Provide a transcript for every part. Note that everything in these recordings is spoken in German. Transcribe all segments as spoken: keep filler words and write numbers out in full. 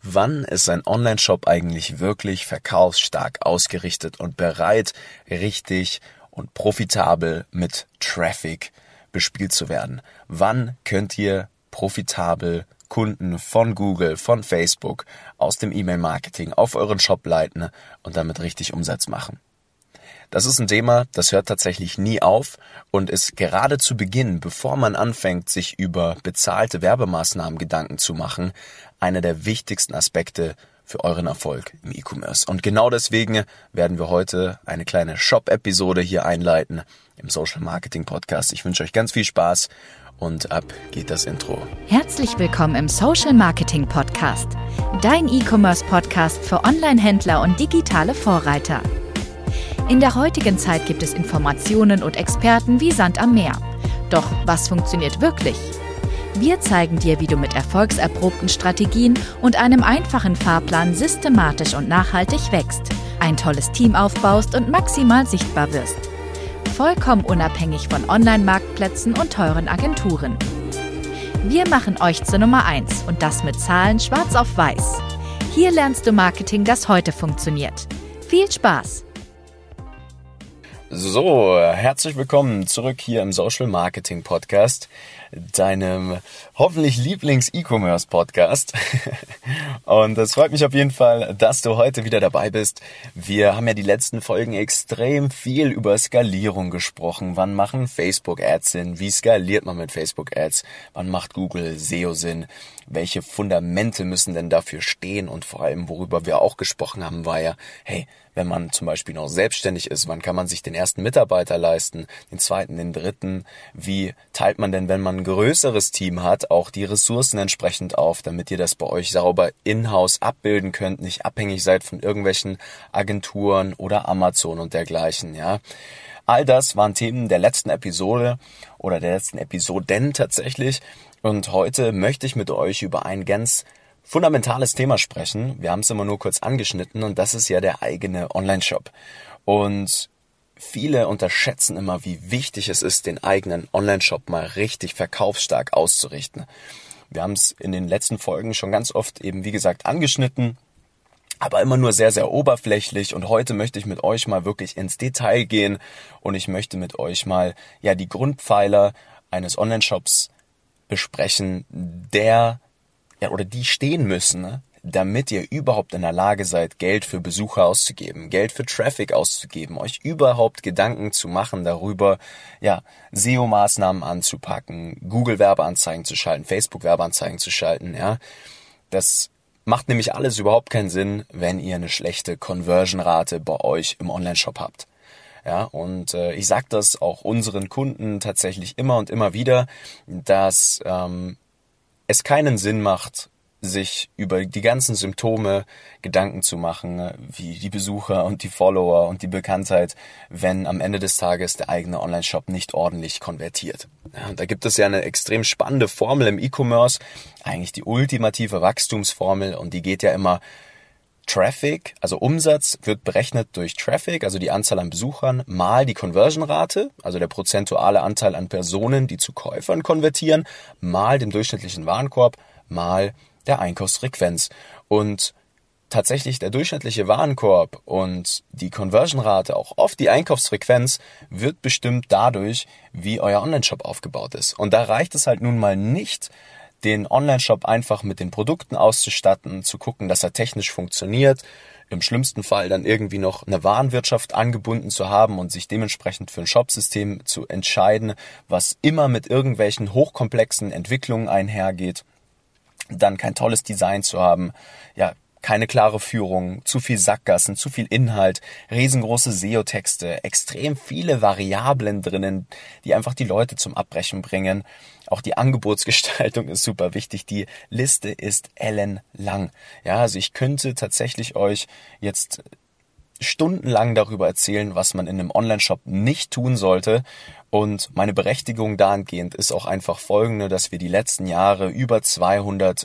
Wann ist ein Online-Shop eigentlich wirklich verkaufsstark ausgerichtet und bereit, richtig und profitabel mit Traffic bespielt zu werden? Wann könnt ihr profitabel Kunden von Google, von Facebook, aus dem E-Mail-Marketing auf euren Shop leiten und damit richtig Umsatz machen? Das ist ein Thema, das hört tatsächlich nie auf und ist gerade zu Beginn, bevor man anfängt, sich über bezahlte Werbemaßnahmen Gedanken zu machen, einer der wichtigsten Aspekte für euren Erfolg im E-Commerce. Und genau deswegen werden wir heute eine kleine Shop-Episode hier einleiten im Social Marketing Podcast. Ich wünsche euch ganz viel Spaß und ab geht das Intro. Herzlich willkommen im Social Marketing Podcast, dein E-Commerce Podcast für Online-Händler und digitale Vorreiter. In der heutigen Zeit gibt es Informationen und Experten wie Sand am Meer. Doch was funktioniert wirklich? Wir zeigen dir, wie du mit erfolgserprobten Strategien und einem einfachen Fahrplan systematisch und nachhaltig wächst, ein tolles Team aufbaust und maximal sichtbar wirst. Vollkommen unabhängig von Online-Marktplätzen und teuren Agenturen. Wir machen euch zur Nummer eins und das mit Zahlen schwarz auf weiß. Hier lernst du Marketing, das heute funktioniert. Viel Spaß! So, herzlich willkommen zurück hier im Social Marketing Podcast, deinem hoffentlich Lieblings-E-Commerce Podcast. Und es freut mich auf jeden Fall, dass du heute wieder dabei bist. Wir haben ja die letzten Folgen extrem viel über Skalierung gesprochen. Wann machen Facebook-Ads Sinn? Wie skaliert man mit Facebook-Ads? Wann macht Google S E O Sinn? Welche Fundamente müssen denn dafür stehen? Und vor allem, worüber wir auch gesprochen haben, war ja, hey, wenn man zum Beispiel noch selbstständig ist, wann kann man sich den ersten Mitarbeiter leisten, den zweiten, den dritten? Wie teilt man denn, wenn man ein größeres Team hat, auch die Ressourcen entsprechend auf, damit ihr das bei euch sauber in-house abbilden könnt, nicht abhängig seid von irgendwelchen Agenturen oder Amazon und dergleichen, ja? All das waren Themen der letzten Episode oder der letzten Episoden tatsächlich. Und heute möchte ich mit euch über ein ganz fundamentales Thema sprechen. Wir haben es immer nur kurz angeschnitten und das ist ja der eigene Online-Shop. Und viele unterschätzen immer, wie wichtig es ist, den eigenen Online-Shop mal richtig verkaufsstark auszurichten. Wir haben es in den letzten Folgen schon ganz oft eben, wie gesagt, angeschnitten, aber immer nur sehr, sehr oberflächlich. Und heute möchte ich mit euch mal wirklich ins Detail gehen und ich möchte mit euch mal ja die Grundpfeiler eines Online-Shops besprechen, der ja oder die stehen müssen, ne, damit ihr überhaupt in der Lage seid, Geld für Besucher auszugeben, Geld für Traffic auszugeben, euch überhaupt Gedanken zu machen darüber, ja, S E O-Maßnahmen anzupacken, Google-Werbeanzeigen zu schalten, Facebook-Werbeanzeigen zu schalten, ja. Das macht nämlich alles überhaupt keinen Sinn, wenn ihr eine schlechte Conversion-Rate bei euch im Online-Shop habt. Ja, und äh, ich sage das auch unseren Kunden tatsächlich immer und immer wieder, dass ähm, es keinen Sinn macht, sich über die ganzen Symptome Gedanken zu machen, wie die Besucher und die Follower und die Bekanntheit, wenn am Ende des Tages der eigene Online-Shop nicht ordentlich konvertiert. Ja, da gibt es ja eine extrem spannende Formel im E-Commerce, eigentlich die ultimative Wachstumsformel und die geht ja immer: Traffic, also Umsatz, wird berechnet durch Traffic, also die Anzahl an Besuchern, mal die Conversion-Rate, also der prozentuale Anteil an Personen, die zu Käufern konvertieren, mal dem durchschnittlichen Warenkorb, mal der Einkaufsfrequenz. Und tatsächlich der durchschnittliche Warenkorb und die Conversion-Rate, auch oft die Einkaufsfrequenz, wird bestimmt dadurch, wie euer Online-Shop aufgebaut ist. Und da reicht es halt nun mal nicht, den Online-Shop einfach mit den Produkten auszustatten, zu gucken, dass er technisch funktioniert, im schlimmsten Fall dann irgendwie noch eine Warenwirtschaft angebunden zu haben und sich dementsprechend für ein Shopsystem zu entscheiden, was immer mit irgendwelchen hochkomplexen Entwicklungen einhergeht, dann kein tolles Design zu haben, ja, keine klare Führung, zu viel Sackgassen, zu viel Inhalt, riesengroße S E O-Texte, extrem viele Variablen drinnen, die einfach die Leute zum Abbrechen bringen. Auch die Angebotsgestaltung ist super wichtig. Die Liste ist ellenlang. Ja, also ich könnte tatsächlich euch jetzt stundenlang darüber erzählen, was man in einem Online-Shop nicht tun sollte. Und meine Berechtigung dahingehend ist auch einfach folgende, dass wir die letzten Jahre über zweihundert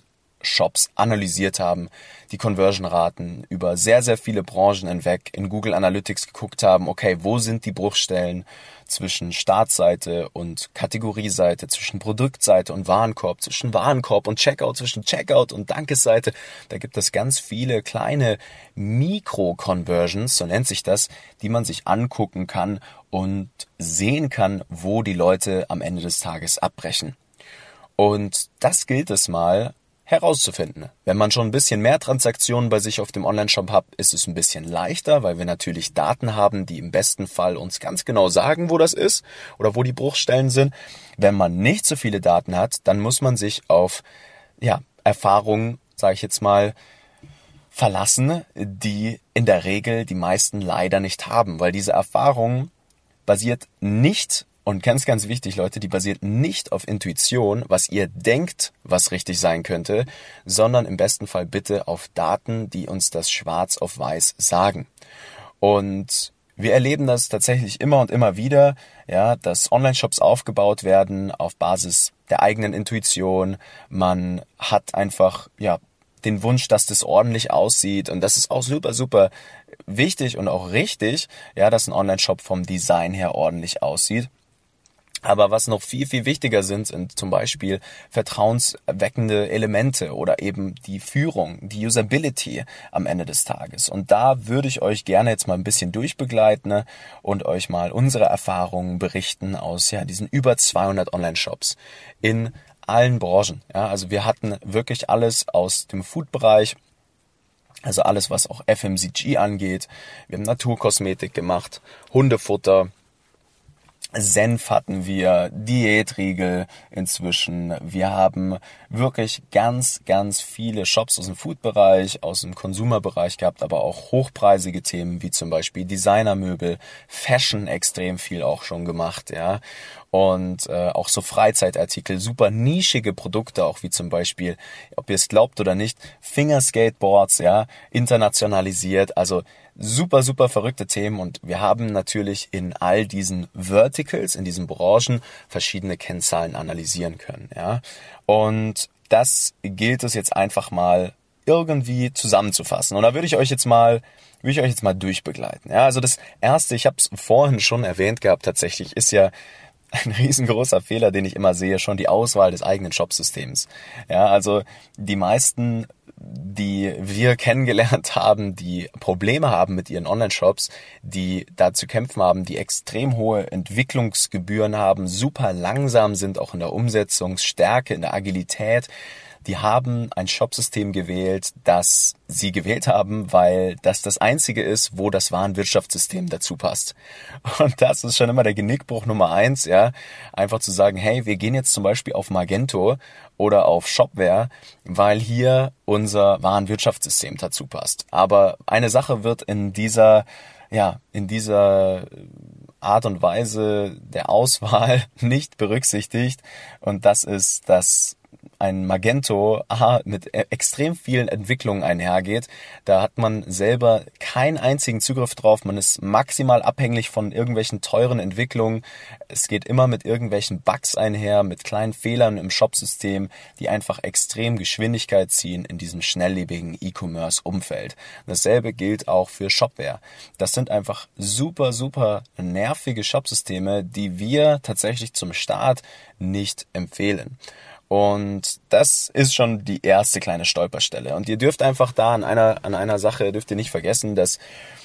Online-Shops analysiert haben, die Conversion-Raten über sehr, sehr viele Branchen hinweg in Google Analytics geguckt haben, okay, wo sind die Bruchstellen zwischen Startseite und Kategorieseite, zwischen Produktseite und Warenkorb, zwischen Warenkorb und Checkout, zwischen Checkout und Dankesseite. Da gibt es ganz viele kleine Mikro-Conversions, so nennt sich das, die man sich angucken kann und sehen kann, wo die Leute am Ende des Tages abbrechen. Und das gilt es mal herauszufinden. Wenn man schon ein bisschen mehr Transaktionen bei sich auf dem Online-Shop hat, ist es ein bisschen leichter, weil wir natürlich Daten haben, die im besten Fall uns ganz genau sagen, wo das ist oder wo die Bruchstellen sind. Wenn man nicht so viele Daten hat, dann muss man sich auf ja, Erfahrungen, sage ich jetzt mal, verlassen, die in der Regel die meisten leider nicht haben, weil diese Erfahrung basiert nicht Und ganz, ganz wichtig, Leute, die basiert nicht auf Intuition, was ihr denkt, was richtig sein könnte, sondern im besten Fall bitte auf Daten, die uns das schwarz auf weiß sagen. Und wir erleben das tatsächlich immer und immer wieder, ja, dass Online-Shops aufgebaut werden auf Basis der eigenen Intuition. Man hat einfach, ja, den Wunsch, dass das ordentlich aussieht, und das ist auch super, super wichtig und auch richtig, ja, dass ein Online-Shop vom Design her ordentlich aussieht. Aber was noch viel, viel wichtiger sind, sind zum Beispiel vertrauensweckende Elemente oder eben die Führung, die Usability am Ende des Tages. Und da würde ich euch gerne jetzt mal ein bisschen durchbegleiten und euch mal unsere Erfahrungen berichten aus ja diesen über zweihundert Online-Shops in allen Branchen. Ja, also wir hatten wirklich alles aus dem Food-Bereich, also alles, was auch F M C G angeht. Wir haben Naturkosmetik gemacht, Hundefutter, Senf hatten wir, Diätriegel inzwischen. Wir haben wirklich ganz, ganz viele Shops aus dem Food-Bereich, aus dem Consumer-Bereich gehabt, aber auch hochpreisige Themen wie zum Beispiel Designermöbel, Fashion extrem viel auch schon gemacht, ja. Und äh, auch so Freizeitartikel, super nischige Produkte, auch wie zum Beispiel, ob ihr es glaubt oder nicht, Fingerskateboards, ja, internationalisiert, also super, super verrückte Themen, und wir haben natürlich in all diesen Verticals, in diesen Branchen verschiedene Kennzahlen analysieren können, ja. Und das gilt es jetzt einfach mal irgendwie zusammenzufassen. Und da würde ich euch jetzt mal, würde ich euch jetzt mal durchbegleiten, ja. Also das erste, ich habe es vorhin schon erwähnt gehabt, tatsächlich ist ja ein riesengroßer Fehler, den ich immer sehe, schon die Auswahl des eigenen Shopsystems. Ja, also die meisten, die wir kennengelernt haben, die Probleme haben mit ihren Online-Shops, die da zu kämpfen haben, die extrem hohe Entwicklungsgebühren haben, super langsam sind, auch in der Umsetzungsstärke, in der Agilität, die haben ein Shopsystem gewählt, das sie gewählt haben, weil das das einzige ist, wo das Warenwirtschaftssystem dazu passt. Und das ist schon immer der Genickbruch Nummer eins, ja. Einfach zu sagen, hey, wir gehen jetzt zum Beispiel auf Magento oder auf Shopware, weil hier unser Warenwirtschaftssystem dazu passt. Aber eine Sache wird in dieser, ja, in dieser Art und Weise der Auswahl nicht berücksichtigt, und das ist, dass ein Magento aha, mit extrem vielen Entwicklungen einhergeht. Da hat man selber keinen einzigen Zugriff drauf. Man ist maximal abhängig von irgendwelchen teuren Entwicklungen. Es geht immer mit irgendwelchen Bugs einher, mit kleinen Fehlern im Shopsystem, die einfach extrem Geschwindigkeit ziehen in diesem schnelllebigen E-Commerce-Umfeld. Dasselbe gilt auch für Shopware. Das sind einfach super, super nervige Shopsysteme, die wir tatsächlich zum Start nicht empfehlen. Und das ist schon die erste kleine Stolperstelle. Und ihr dürft einfach da an einer, an einer Sache, dürft ihr nicht vergessen, dass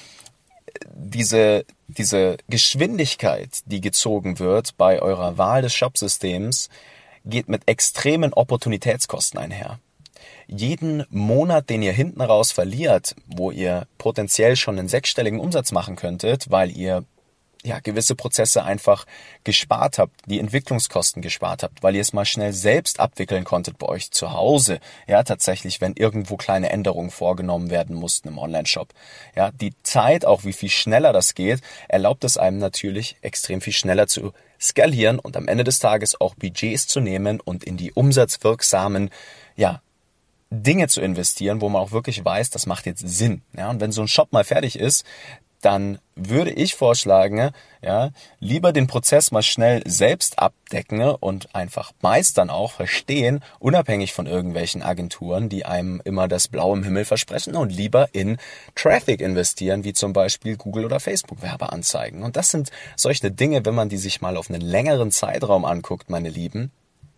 diese, diese Geschwindigkeit, die gezogen wird bei eurer Wahl des Shopsystems, geht mit extremen Opportunitätskosten einher. Jeden Monat, den ihr hinten raus verliert, wo ihr potenziell schon einen sechsstelligen Umsatz machen könntet, weil ihr ja, gewisse Prozesse einfach gespart habt, die Entwicklungskosten gespart habt, weil ihr es mal schnell selbst abwickeln konntet bei euch zu Hause. Ja, tatsächlich, wenn irgendwo kleine Änderungen vorgenommen werden mussten im Online-Shop. Ja, die Zeit, auch wie viel schneller das geht, erlaubt es einem natürlich extrem viel schneller zu skalieren und am Ende des Tages auch Budgets zu nehmen und in die umsatzwirksamen, ja, Dinge zu investieren, wo man auch wirklich weiß, das macht jetzt Sinn. Ja, und wenn so ein Shop mal fertig ist, dann würde ich vorschlagen, ja, lieber den Prozess mal schnell selbst abdecken und einfach meistern auch, verstehen, unabhängig von irgendwelchen Agenturen, die einem immer das Blaue im Himmel versprechen, und lieber in Traffic investieren, wie zum Beispiel Google oder Facebook Werbeanzeigen. Und das sind solche Dinge, wenn man die sich mal auf einen längeren Zeitraum anguckt, meine Lieben,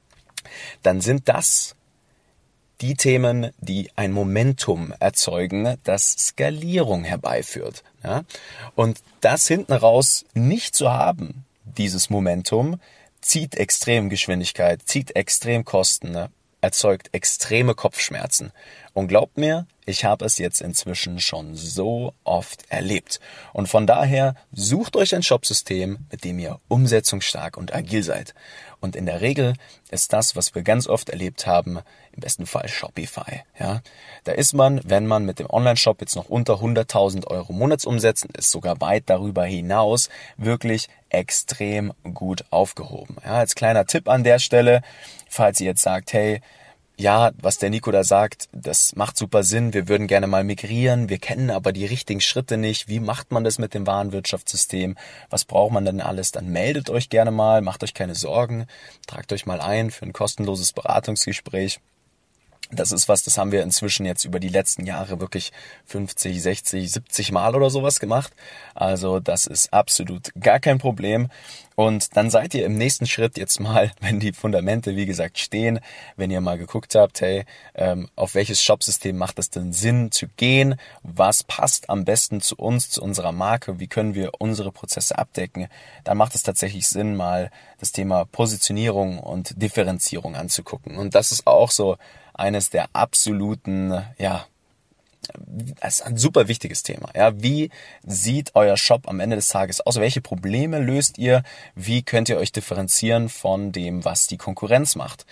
dann sind das die Themen, die ein Momentum erzeugen, das Skalierung herbeiführt. Ja? Und das hinten raus nicht zu haben, dieses Momentum, zieht extrem Geschwindigkeit, zieht extrem Kosten, ne? Erzeugt extreme Kopfschmerzen. Und glaubt mir, ich habe es jetzt inzwischen schon so oft erlebt. Und von daher sucht euch ein Shopsystem, mit dem ihr umsetzungsstark und agil seid. Und in der Regel ist das, was wir ganz oft erlebt haben, im besten Fall Shopify. Ja, da ist man, wenn man mit dem Online-Shop jetzt noch unter hunderttausend Euro Monatsumsätzen ist, sogar weit darüber hinaus, wirklich extrem gut aufgehoben. Ja, als kleiner Tipp an der Stelle, falls ihr jetzt sagt, hey, ja, was der Nico da sagt, das macht super Sinn, wir würden gerne mal migrieren, wir kennen aber die richtigen Schritte nicht, wie macht man das mit dem Warenwirtschaftssystem, was braucht man denn alles, dann meldet euch gerne mal, macht euch keine Sorgen, tragt euch mal ein für ein kostenloses Beratungsgespräch. Das ist was, das haben wir inzwischen jetzt über die letzten Jahre wirklich fünfzig, sechzig, siebzig Mal oder sowas gemacht. Also das ist absolut gar kein Problem. Und dann seid ihr im nächsten Schritt jetzt mal, wenn die Fundamente, wie gesagt, stehen, wenn ihr mal geguckt habt, hey, ähm, auf welches Shopsystem macht es denn Sinn zu gehen? Was passt am besten zu uns, zu unserer Marke? Wie können wir unsere Prozesse abdecken? Dann macht es tatsächlich Sinn, mal das Thema Positionierung und Differenzierung anzugucken. Und das ist auch so eines der absoluten, ja, das ist ein super wichtiges Thema. Ja, wie sieht euer Shop am Ende des Tages aus? Welche Probleme löst ihr? Wie könnt ihr euch differenzieren von dem, was die Konkurrenz macht?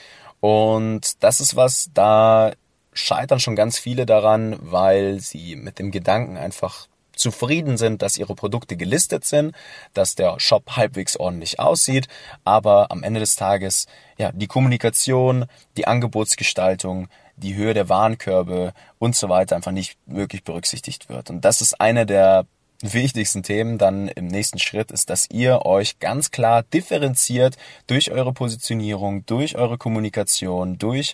Und das ist was, da scheitern schon ganz viele daran, weil sie mit dem Gedanken einfach zufrieden sind, dass ihre Produkte gelistet sind, dass der Shop halbwegs ordentlich aussieht, aber am Ende des Tages, ja, die Kommunikation, die Angebotsgestaltung, die Höhe der Warenkörbe und so weiter einfach nicht wirklich berücksichtigt wird. Und das ist eine der wichtigsten Themen dann im nächsten Schritt, ist, dass ihr euch ganz klar differenziert durch eure Positionierung, durch eure Kommunikation, durch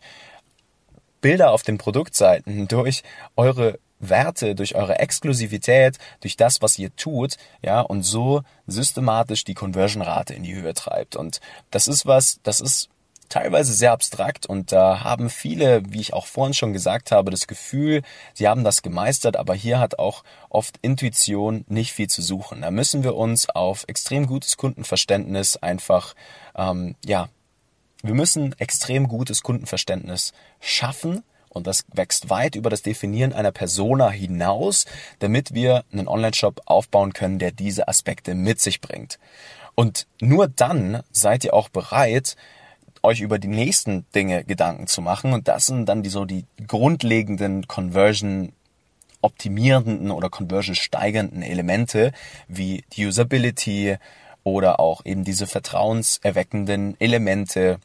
Bilder auf den Produktseiten, durch eure Werte, durch eure Exklusivität, durch das, was ihr tut, ja, und so systematisch die Conversion-Rate in die Höhe treibt. Und das ist was, das ist teilweise sehr abstrakt, und da haben viele, wie ich auch vorhin schon gesagt habe, das Gefühl, sie haben das gemeistert, aber hier hat auch oft Intuition nicht viel zu suchen. Da müssen wir uns auf extrem gutes Kundenverständnis einfach, ähm, ja, wir müssen extrem gutes Kundenverständnis schaffen. Und das wächst weit über das Definieren einer Persona hinaus, damit wir einen Online-Shop aufbauen können, der diese Aspekte mit sich bringt. Und nur dann seid ihr auch bereit, euch über die nächsten Dinge Gedanken zu machen. Und das sind dann die, so die grundlegenden Conversion optimierenden oder Conversion steigernden Elemente wie die Usability oder auch eben diese vertrauenserweckenden Elemente,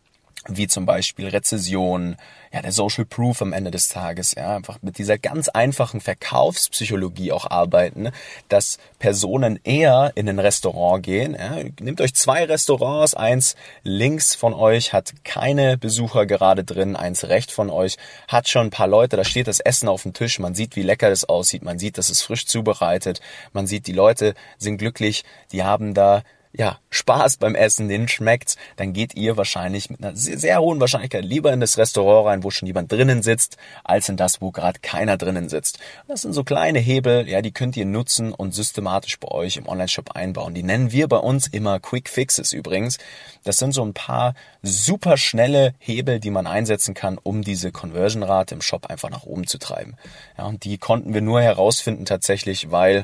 wie zum Beispiel Rezession, ja, der Social Proof am Ende des Tages, ja, einfach mit dieser ganz einfachen Verkaufspsychologie auch arbeiten, dass Personen eher in ein Restaurant gehen. Ja. Nehmt euch zwei Restaurants, eins links von euch hat keine Besucher gerade drin, eins rechts von euch hat schon ein paar Leute, da steht das Essen auf dem Tisch, man sieht, wie lecker das aussieht, man sieht, dass es frisch zubereitet, man sieht, die Leute sind glücklich, die haben da ja, Spaß beim Essen, denen schmeckt's, dann geht ihr wahrscheinlich mit einer sehr, sehr hohen Wahrscheinlichkeit lieber in das Restaurant rein, wo schon jemand drinnen sitzt, als in das, wo gerade keiner drinnen sitzt. Das sind so kleine Hebel, ja, die könnt ihr nutzen und systematisch bei euch im Onlineshop einbauen. Die nennen wir bei uns immer Quick Fixes übrigens. Das sind so ein paar super schnelle Hebel, die man einsetzen kann, um diese Conversion-Rate im Shop einfach nach oben zu treiben. Ja, und die konnten wir nur herausfinden tatsächlich, weil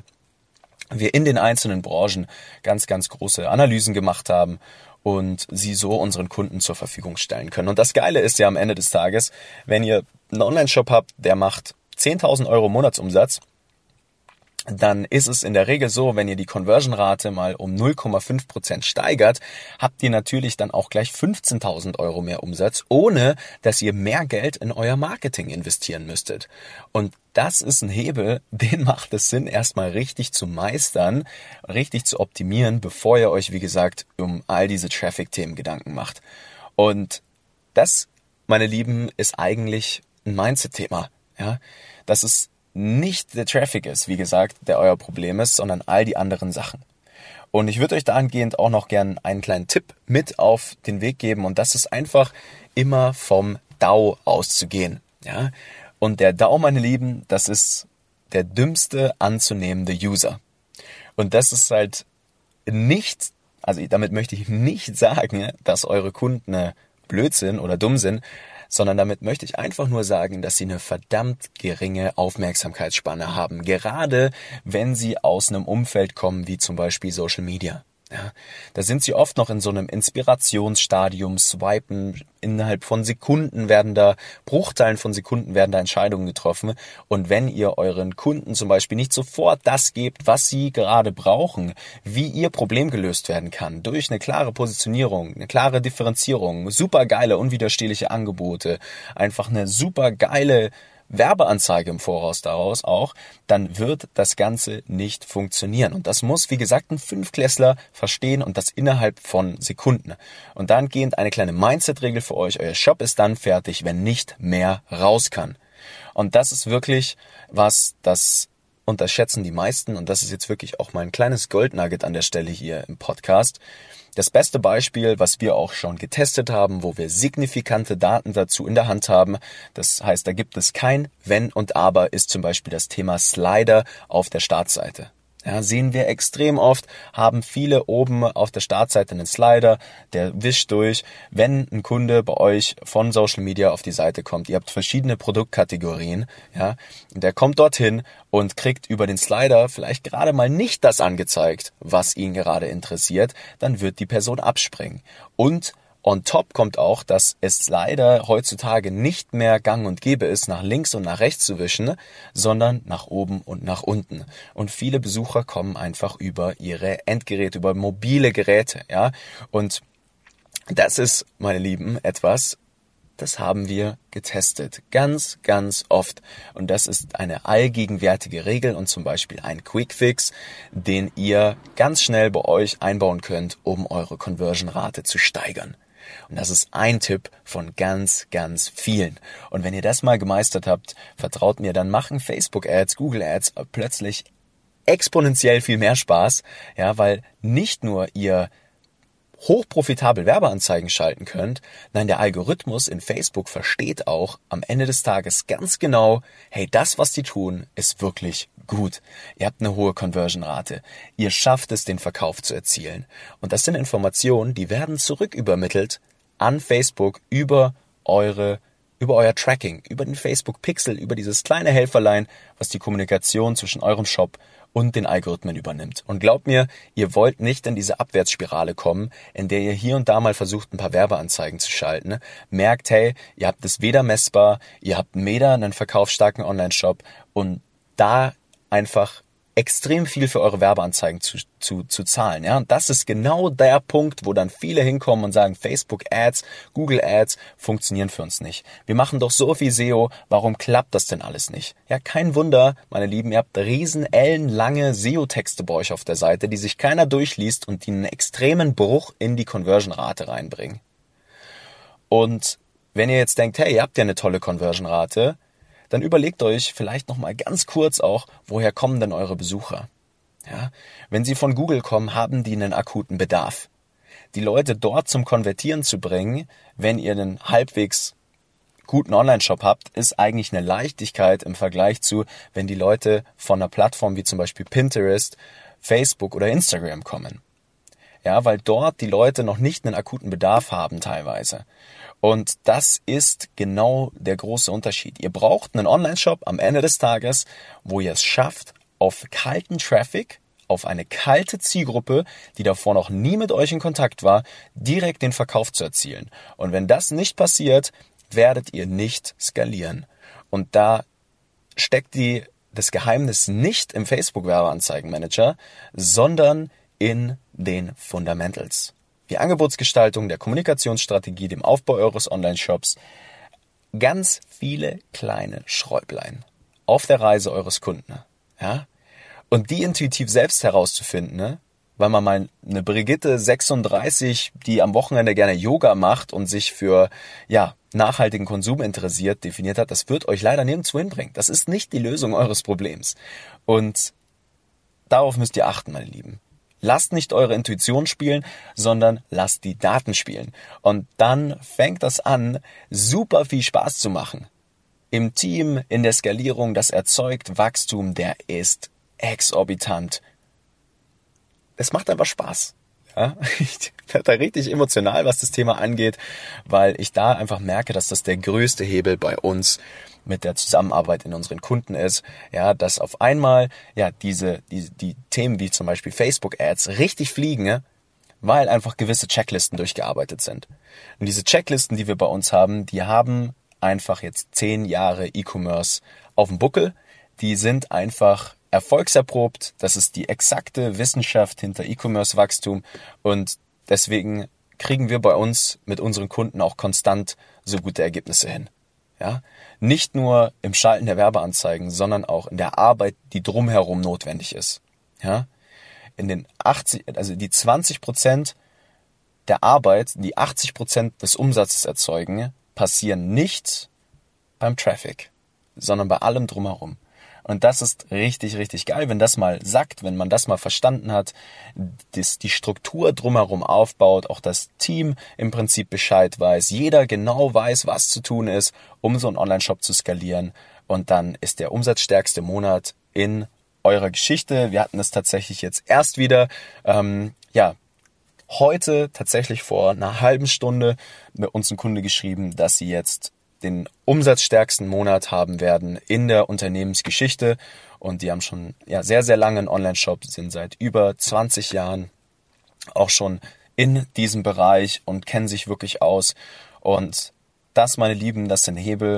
wir in den einzelnen Branchen ganz, ganz große Analysen gemacht haben und sie so unseren Kunden zur Verfügung stellen können. Und das Geile ist ja am Ende des Tages, wenn ihr einen Online-Shop habt, der macht zehntausend Euro Monatsumsatz dann ist es in der Regel so, wenn ihr die Conversion-Rate mal um null Komma fünf Prozent steigert, habt ihr natürlich dann auch gleich fünfzehntausend Euro mehr Umsatz, ohne dass ihr mehr Geld in euer Marketing investieren müsstet. Und das ist ein Hebel, den macht es Sinn, erstmal richtig zu meistern, richtig zu optimieren, bevor ihr euch, wie gesagt, um all diese Traffic-Themen Gedanken macht. Und das, meine Lieben, ist eigentlich ein Mindset-Thema. Ja, das ist nicht der Traffic ist, wie gesagt, der euer Problem ist, sondern all die anderen Sachen. Und ich würde euch dahingehend auch noch gern einen kleinen Tipp mit auf den Weg geben, und das ist einfach immer vom D A U auszugehen. Ja? Und der D A U, meine Lieben, das ist der dümmste anzunehmende User. Und das ist halt nicht, also damit möchte ich nicht sagen, dass eure Kunden blöd sind oder dumm sind, sondern damit möchte ich einfach nur sagen, dass sie eine verdammt geringe Aufmerksamkeitsspanne haben, gerade wenn sie aus einem Umfeld kommen, wie zum Beispiel Social Media. Ja, da sind sie oft noch in so einem Inspirationsstadium, swipen, innerhalb von Sekunden werden da, Bruchteilen von Sekunden werden da Entscheidungen getroffen, und wenn ihr euren Kunden zum Beispiel nicht sofort das gebt, was sie gerade brauchen, wie ihr Problem gelöst werden kann, durch eine klare Positionierung, eine klare Differenzierung, super geile, unwiderstehliche Angebote, einfach eine super geile Werbeanzeige im Voraus daraus auch, dann wird das Ganze nicht funktionieren. Und das muss, wie gesagt, ein Fünftklässler verstehen, und das innerhalb von Sekunden. Und dahingehend eine kleine Mindset-Regel für euch: Euer Shop ist dann fertig, wenn nicht mehr raus kann. Und das ist wirklich was, das unterschätzen die meisten, und das ist jetzt wirklich auch mein kleines Goldnugget an der Stelle hier im Podcast. Das beste Beispiel, was wir auch schon getestet haben, wo wir signifikante Daten dazu in der Hand haben, das heißt, da gibt es kein Wenn und Aber, ist zum Beispiel das Thema Slider auf der Startseite. Ja, sehen wir extrem oft, haben viele oben auf der Startseite einen Slider, der wischt durch. Wenn ein Kunde bei euch von Social Media auf die Seite kommt, ihr habt verschiedene Produktkategorien, ja, der kommt dorthin und kriegt über den Slider vielleicht gerade mal nicht das angezeigt, was ihn gerade interessiert, dann wird die Person abspringen. Und on top kommt auch, dass es leider heutzutage nicht mehr gang und gäbe ist, nach links und nach rechts zu wischen, sondern nach oben und nach unten. Und viele Besucher kommen einfach über ihre Endgeräte, über mobile Geräte, ja. Und das ist, meine Lieben, etwas, das haben wir getestet. Ganz, ganz oft. Und das ist eine allgegenwärtige Regel und zum Beispiel ein Quickfix, den ihr ganz schnell bei euch einbauen könnt, um eure Conversion-Rate zu steigern. Und das ist ein Tipp von ganz, ganz vielen. Und wenn ihr das mal gemeistert habt, vertraut mir, dann machen Facebook-Ads, Google-Ads plötzlich exponentiell viel mehr Spaß, ja, weil nicht nur ihr hochprofitabel Werbeanzeigen schalten könnt, nein, der Algorithmus in Facebook versteht auch am Ende des Tages ganz genau, hey, das, was die tun, ist wirklich gut. Ihr habt eine hohe Conversion-Rate. Ihr schafft es, den Verkauf zu erzielen. Und das sind Informationen, die werden zurückübermittelt an Facebook über eure über euer Tracking, über den Facebook-Pixel, über dieses kleine Helferlein, was die Kommunikation zwischen eurem Shop und den Algorithmen übernimmt. Und glaubt mir, ihr wollt nicht in diese Abwärtsspirale kommen, in der ihr hier und da mal versucht, ein paar Werbeanzeigen zu schalten. Merkt, hey, ihr habt es weder messbar, ihr habt weder einen verkaufsstarken Online-Shop, und da einfach extrem viel für eure Werbeanzeigen zu, zu, zu zahlen. Ja? Und das ist genau der Punkt, wo dann viele hinkommen und sagen, Facebook-Ads, Google-Ads funktionieren für uns nicht. Wir machen doch so viel S E O, warum klappt das denn alles nicht? Ja, kein Wunder, meine Lieben, ihr habt riesen ellenlange S E O-Texte bei euch auf der Seite, die sich keiner durchliest und die einen extremen Bruch in die Conversion-Rate reinbringen. Und wenn ihr jetzt denkt, hey, ihr habt ja eine tolle Conversion-Rate, dann überlegt euch vielleicht nochmal ganz kurz auch, woher kommen denn eure Besucher? Ja, wenn sie von Google kommen, haben die einen akuten Bedarf. Die Leute dort zum Konvertieren zu bringen, wenn ihr einen halbwegs guten Online-Shop habt, ist eigentlich eine Leichtigkeit im Vergleich zu, wenn die Leute von einer Plattform wie zum Beispiel Pinterest, Facebook oder Instagram kommen. Ja, weil dort die Leute noch nicht einen akuten Bedarf haben teilweise. Und das ist genau der große Unterschied. Ihr braucht einen Online-Shop am Ende des Tages, wo ihr es schafft, auf kalten Traffic, auf eine kalte Zielgruppe, die davor noch nie mit euch in Kontakt war, direkt den Verkauf zu erzielen. Und wenn das nicht passiert, werdet ihr nicht skalieren. Und da steckt die das Geheimnis nicht im Facebook-Werbeanzeigenmanager, sondern in den Fundamentals. Die Angebotsgestaltung, der Kommunikationsstrategie, dem Aufbau eures Online-Shops. Ganz viele kleine Schräublein auf der Reise eures Kunden. Ja? Und die intuitiv selbst herauszufinden, ne? Weil man mal eine Brigitte sechsunddreißig, die am Wochenende gerne Yoga macht und sich für ja nachhaltigen Konsum interessiert, definiert hat, das wird euch leider nirgendwo hinbringen. Das ist nicht die Lösung eures Problems. Und darauf müsst ihr achten, meine Lieben. Lasst nicht eure Intuition spielen, sondern lasst die Daten spielen. Und dann fängt das an, super viel Spaß zu machen. Im Team, in der Skalierung, das erzeugt Wachstum, der ist exorbitant. Es macht einfach Spaß. Ja? Ich werde da richtig emotional, was das Thema angeht, weil ich da einfach merke, dass das der größte Hebel bei uns mit der Zusammenarbeit in unseren Kunden ist, ja, dass auf einmal ja diese die, die Themen wie zum Beispiel Facebook-Ads richtig fliegen, weil einfach gewisse Checklisten durchgearbeitet sind. Und diese Checklisten, die wir bei uns haben, die haben einfach jetzt zehn Jahre E-Commerce auf dem Buckel. Die sind einfach erfolgserprobt. Das ist die exakte Wissenschaft hinter E-Commerce-Wachstum und deswegen kriegen wir bei uns mit unseren Kunden auch konstant so gute Ergebnisse hin. Ja? Nicht nur im Schalten der Werbeanzeigen, sondern auch in der Arbeit, die drumherum notwendig ist. Ja? In den achtzig, also die zwanzig Prozent der Arbeit, die achtzig Prozent des Umsatzes erzeugen, passieren nicht beim Traffic, sondern bei allem drumherum. Und das ist richtig, richtig geil, wenn das mal sackt, wenn man das mal verstanden hat, dass die Struktur drumherum aufbaut, auch das Team im Prinzip Bescheid weiß, jeder genau weiß, was zu tun ist, um so einen Online-Shop zu skalieren. Und dann ist der umsatzstärkste Monat in eurer Geschichte. Wir hatten es tatsächlich jetzt erst wieder, ähm, ja, heute tatsächlich vor einer halben Stunde mit uns ein Kunde geschrieben, dass sie jetzt den umsatzstärksten Monat haben werden in der Unternehmensgeschichte und die haben schon ja sehr, sehr lange einen Online-Shop, sind seit über zwanzig Jahren auch schon in diesem Bereich und kennen sich wirklich aus und das, meine Lieben, das sind Hebel,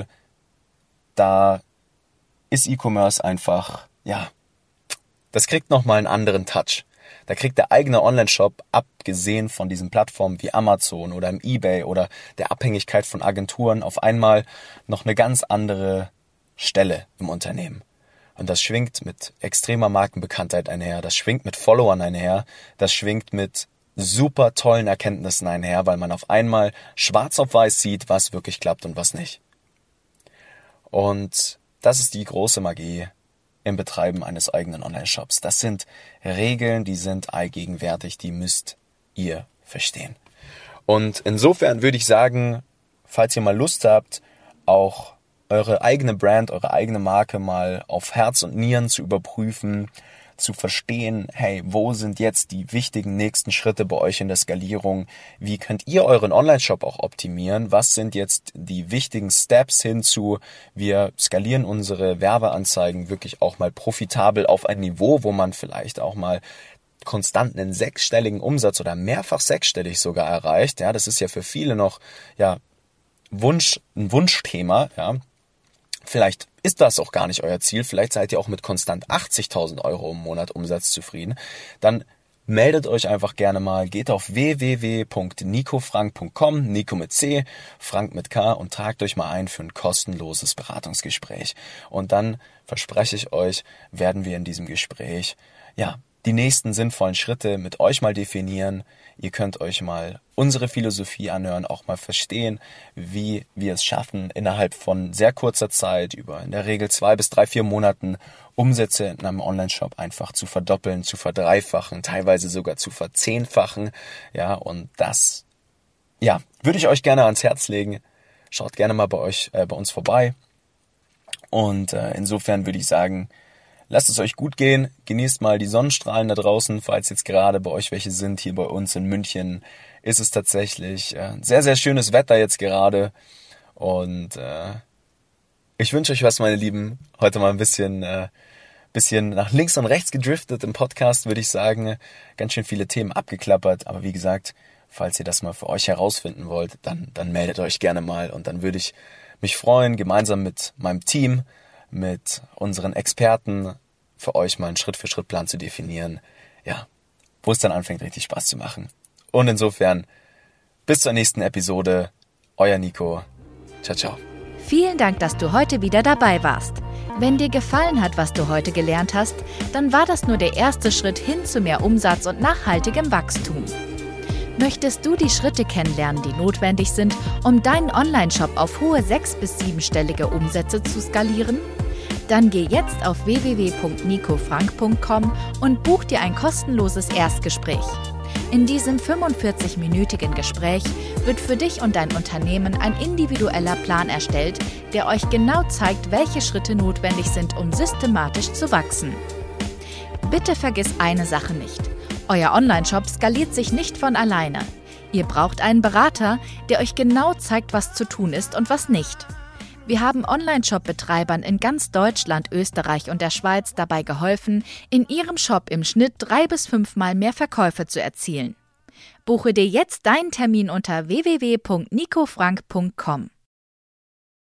da ist E-Commerce einfach, ja, das kriegt nochmal einen anderen Touch. Da kriegt der eigene Online-Shop, abgesehen von diesen Plattformen wie Amazon oder im eBay oder der Abhängigkeit von Agenturen, auf einmal noch eine ganz andere Stelle im Unternehmen. Und das schwingt mit extremer Markenbekanntheit einher, das schwingt mit Followern einher, das schwingt mit super tollen Erkenntnissen einher, weil man auf einmal schwarz auf weiß sieht, was wirklich klappt und was nicht. Und das ist die große Magie im Betreiben eines eigenen Online-Shops. Das sind Regeln, die sind allgegenwärtig, die müsst ihr verstehen. Und insofern würde ich sagen, falls ihr mal Lust habt, auch eure eigene Brand, eure eigene Marke mal auf Herz und Nieren zu überprüfen, zu verstehen, hey, wo sind jetzt die wichtigen nächsten Schritte bei euch in der Skalierung? Wie könnt ihr euren Online-Shop auch optimieren? Was sind jetzt die wichtigen Steps hinzu? Wir skalieren unsere Werbeanzeigen wirklich auch mal profitabel auf ein Niveau, wo man vielleicht auch mal konstant einen sechsstelligen Umsatz oder mehrfach sechsstellig sogar erreicht. Ja, das ist ja für viele noch ja Wunsch, ein Wunschthema, ja. Vielleicht ist das auch gar nicht euer Ziel, vielleicht seid ihr auch mit konstant achtzigtausend Euro im Monat Umsatz zufrieden, dann meldet euch einfach gerne mal, geht auf w w w punkt nico frank punkt com, Nico mit C, Frank mit K und tragt euch mal ein für ein kostenloses Beratungsgespräch. Und dann verspreche ich euch, werden wir in diesem Gespräch, ja, die nächsten sinnvollen Schritte mit euch mal definieren. Ihr könnt euch mal unsere Philosophie anhören, auch mal verstehen, wie wir es schaffen, innerhalb von sehr kurzer Zeit, über in der Regel zwei bis drei, vier Monaten, Umsätze in einem Online-Shop einfach zu verdoppeln, zu verdreifachen, teilweise sogar zu verzehnfachen. Ja, und das, ja, würde ich euch gerne ans Herz legen. Schaut gerne mal bei euch, äh, bei uns vorbei. Und äh, insofern würde ich sagen, lasst es euch gut gehen, genießt mal die Sonnenstrahlen da draußen, falls jetzt gerade bei euch welche sind. Hier bei uns in München ist es tatsächlich äh, sehr, sehr schönes Wetter jetzt gerade. Und äh, ich wünsche euch was, meine Lieben. Heute mal ein bisschen, äh, bisschen nach links und rechts gedriftet im Podcast, würde ich sagen. Ganz schön viele Themen abgeklappert. Aber wie gesagt, falls ihr das mal für euch herausfinden wollt, dann, dann meldet euch gerne mal. Und dann würde ich mich freuen, gemeinsam mit meinem Team mit unseren Experten für euch mal einen Schritt-für-Schritt-Plan zu definieren, ja, wo es dann anfängt, richtig Spaß zu machen. Und insofern, bis zur nächsten Episode, euer Nico. Ciao, ciao. Vielen Dank, dass du heute wieder dabei warst. Wenn dir gefallen hat, was du heute gelernt hast, dann war das nur der erste Schritt hin zu mehr Umsatz und nachhaltigem Wachstum. Möchtest du die Schritte kennenlernen, die notwendig sind, um deinen Online-Shop auf hohe sechs- bis siebenstellige Umsätze zu skalieren? Dann geh jetzt auf w w w punkt nico frank punkt com und buch dir ein kostenloses Erstgespräch. In diesem fünfundvierzig-minütigen Gespräch wird für dich und dein Unternehmen ein individueller Plan erstellt, der euch genau zeigt, welche Schritte notwendig sind, um systematisch zu wachsen. Bitte vergiss eine Sache nicht. Euer Online-Shop skaliert sich nicht von alleine. Ihr braucht einen Berater, der euch genau zeigt, was zu tun ist und was nicht. Wir haben Online-Shop-Betreibern in ganz Deutschland, Österreich und der Schweiz dabei geholfen, in ihrem Shop im Schnitt drei bis fünfmal mehr Verkäufe zu erzielen. Buche dir jetzt deinen Termin unter w w w punkt nico frank punkt com.